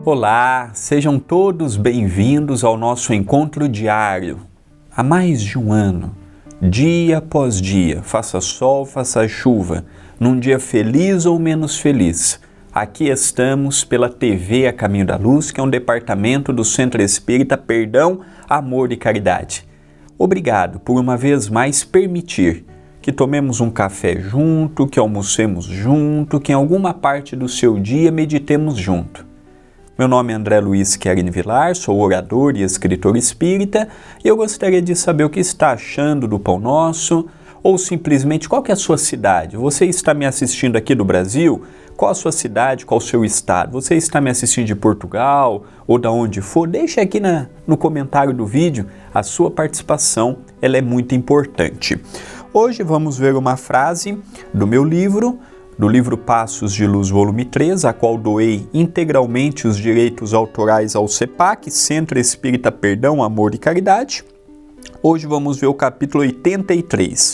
Olá, sejam todos bem-vindos ao nosso encontro diário. Há mais de um ano, dia após dia, faça sol, faça chuva, num dia feliz ou menos feliz. Aqui estamos pela TV A Caminho da Luz, que é um departamento do Centro Espírita Perdão, Amor e Caridade. Obrigado por uma vez mais permitir que tomemos um café junto, que almocemos junto, que em alguma parte do seu dia meditemos junto. Meu nome é André Luiz Querini Vilar, sou orador e escritor espírita e eu gostaria de saber o que está achando do Pão Nosso ou simplesmente qual que é a sua cidade. Você está me assistindo aqui do Brasil? Qual a sua cidade, qual o seu estado? Você está me assistindo de Portugal ou da onde for? Deixe aqui no comentário do vídeo, a sua participação ela é muito importante. Hoje vamos ver uma frase do meu livro, do livro Passos de Luz, volume 3, a qual doei integralmente os direitos autorais ao CEPAC, Centro Espírita Perdão, Amor e Caridade. Hoje vamos ver o capítulo 83,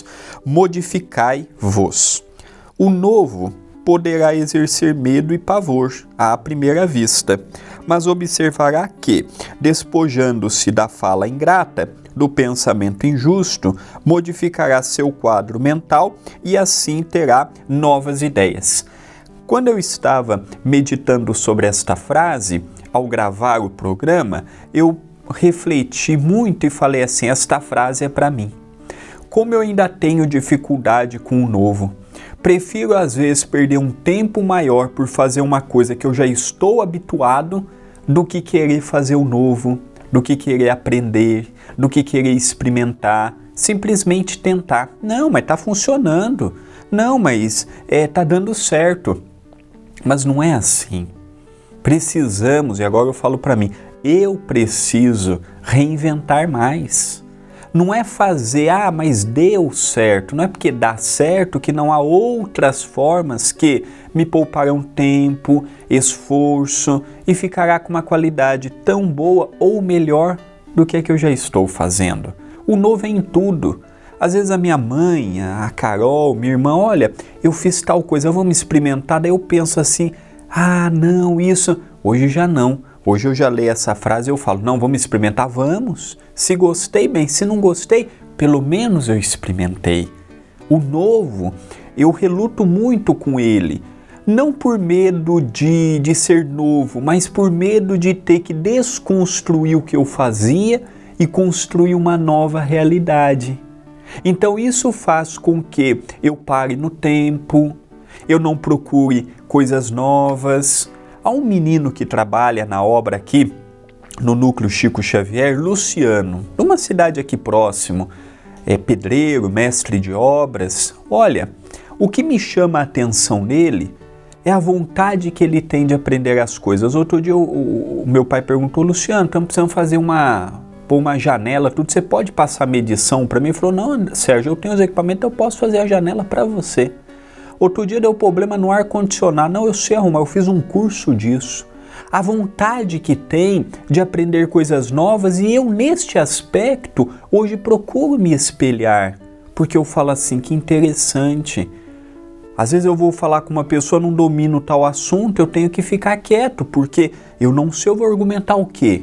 Modificai-vos. O novo poderá exercer medo e pavor à primeira vista, mas observará que, despojando-se da fala ingrata, do pensamento injusto, modificará seu quadro mental e assim terá novas ideias. Quando eu estava meditando sobre esta frase, ao gravar o programa, eu refleti muito e falei assim, esta frase é para mim. Como eu ainda tenho dificuldade com o novo, prefiro às vezes perder um tempo maior por fazer uma coisa que eu já estou habituado do que querer fazer o novo, do que querer aprender, do que querer experimentar, simplesmente tentar. Não, mas está funcionando. Não, mas está dando certo. Mas não é assim. Precisamos, e agora eu falo para mim, eu preciso reinventar mais. Não é fazer, mas deu certo. Não é porque dá certo que não há outras formas que me pouparão tempo, esforço e ficará com uma qualidade tão boa ou melhor do que a que eu já estou fazendo. O novo é em tudo. Às vezes a minha mãe, a Carol, minha irmã, olha, eu fiz tal coisa, vamos experimentar. Daí eu penso assim, não, isso, hoje já não. Hoje eu já leio essa frase e eu falo, não, vamos experimentar? Vamos. Se gostei, bem. Se não gostei, pelo menos eu experimentei. O novo, eu reluto muito com ele. Não por medo de ser novo, mas por medo de ter que desconstruir o que eu fazia e construir uma nova realidade. Então isso faz com que eu pare no tempo, eu não procure coisas novas. Há um menino que trabalha na obra aqui, no Núcleo Chico Xavier, Luciano, numa cidade aqui próximo, é pedreiro, mestre de obras. Olha, o que me chama a atenção nele é a vontade que ele tem de aprender as coisas. Outro dia o meu pai perguntou, Luciano, estamos precisando fazer pôr uma janela, tudo, você pode passar medição para mim? Ele falou, não, Sérgio, eu tenho os equipamentos, eu posso fazer a janela para você. Outro dia deu problema no ar-condicionado. Não, eu sei arrumar, eu fiz um curso disso. A vontade que tem de aprender coisas novas e eu, neste aspecto, hoje procuro me espelhar. Porque eu falo assim, que interessante. Às vezes eu vou falar com uma pessoa, não domino tal assunto, eu tenho que ficar quieto, porque eu não sei, eu vou argumentar o quê?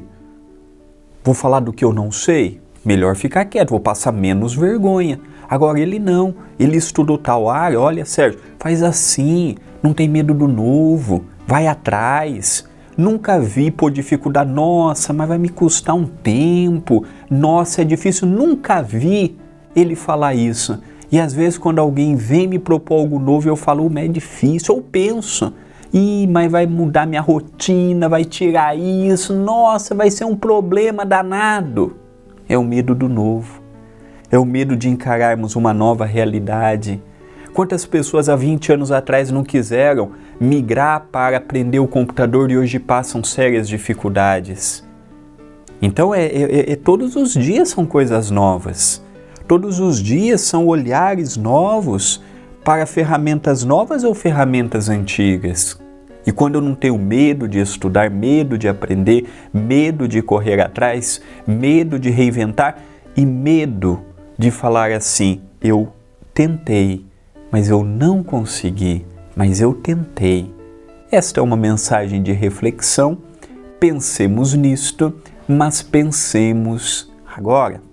Vou falar do que eu não sei? Melhor ficar quieto, vou passar menos vergonha. Agora ele não, ele estudou tal área, olha Sérgio, faz assim, não tem medo do novo, vai atrás. Nunca vi por dificuldade, nossa, mas vai me custar um tempo, nossa, é difícil, nunca vi ele falar isso. E às vezes quando alguém vem me propor algo novo, eu falo, mas é difícil, ou penso, mas vai mudar minha rotina, vai tirar isso, nossa, vai ser um problema danado. É o medo do novo. É o medo de encararmos uma nova realidade. Quantas pessoas há 20 anos atrás não quiseram migrar para aprender o computador e hoje passam sérias dificuldades? Então, todos os dias são coisas novas. Todos os dias são olhares novos para ferramentas novas ou ferramentas antigas. E quando eu não tenho medo de estudar, medo de aprender, medo de correr atrás, medo de reinventar e medo de falar assim, eu tentei, mas eu não consegui, mas eu tentei. Esta é uma mensagem de reflexão Pensemos nisto, mas pensemos agora.